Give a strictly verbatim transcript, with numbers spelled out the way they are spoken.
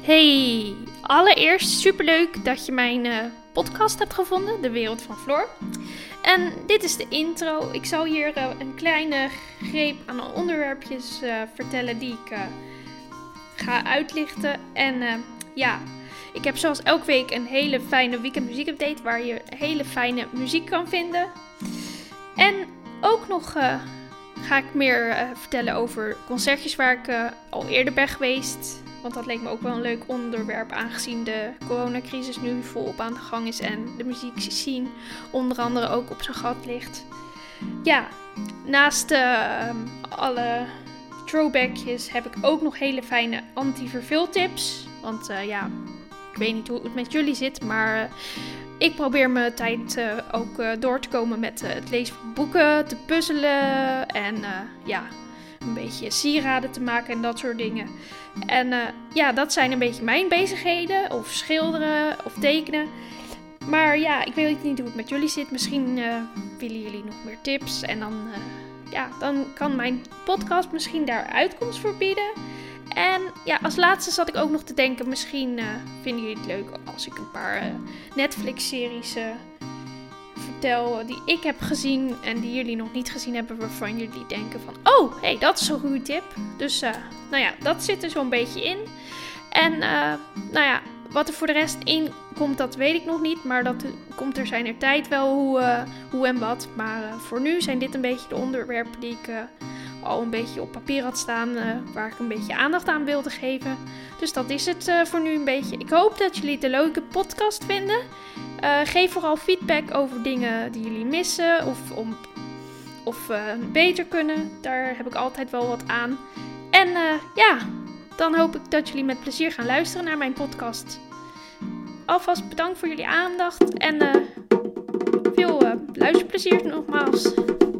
Hey, allereerst superleuk dat je mijn uh, podcast hebt gevonden, De Wereld van Floor. En dit is de intro. Ik zal hier uh, een kleine greep aan onderwerpjes uh, vertellen die ik uh, ga uitlichten. En uh, ja, ik heb zoals elke week een hele fijne weekend muziekupdate waar je hele fijne muziek kan vinden. En ook nog uh, ga ik meer uh, vertellen over concertjes waar ik uh, al eerder ben geweest. Want dat leek me ook wel een leuk onderwerp, aangezien de coronacrisis nu volop aan de gang is en de muziekscene onder andere ook op zijn gat ligt. Ja, naast uh, alle throwbackjes heb ik ook nog hele fijne anti-verveeltips. Want uh, ja, ik weet niet hoe het met jullie zit, maar uh, ik probeer mijn tijd uh, ook uh, door te komen met uh, het lezen van boeken, te puzzelen en uh, ja, een beetje sieraden te maken en dat soort dingen. En uh, ja, dat zijn een beetje mijn bezigheden, of schilderen, of tekenen. Maar ja, ik weet niet hoe het met jullie zit. Misschien uh, willen jullie nog meer tips. En dan, uh, ja, dan kan mijn podcast misschien daar uitkomst voor bieden. En ja, als laatste zat ik ook nog te denken, misschien uh, vinden jullie het leuk als ik een paar uh, Netflix-series uh, vertel die ik heb gezien en die jullie nog niet gezien hebben, waarvan jullie denken van, oh, hey, dat is een goede tip. Dus, uh, nou ja, dat zit er zo'n beetje in. En, uh, nou ja, wat er voor de rest in komt, dat weet ik nog niet, maar dat komt er zijn er tijd wel hoe, uh, hoe en wat. Maar uh, voor nu zijn dit een beetje de onderwerpen die ik uh, al een beetje op papier had staan, uh, waar ik een beetje aandacht aan wilde geven. Dus dat is het uh, voor nu een beetje. Ik hoop dat jullie het een leuke podcast vinden. Uh, geef vooral feedback over dingen die jullie missen of, om, of uh, beter kunnen. Daar heb ik altijd wel wat aan. En uh, ja, dan hoop ik dat jullie met plezier gaan luisteren naar mijn podcast. Alvast bedankt voor jullie aandacht en uh, veel uh, luisterplezier nogmaals.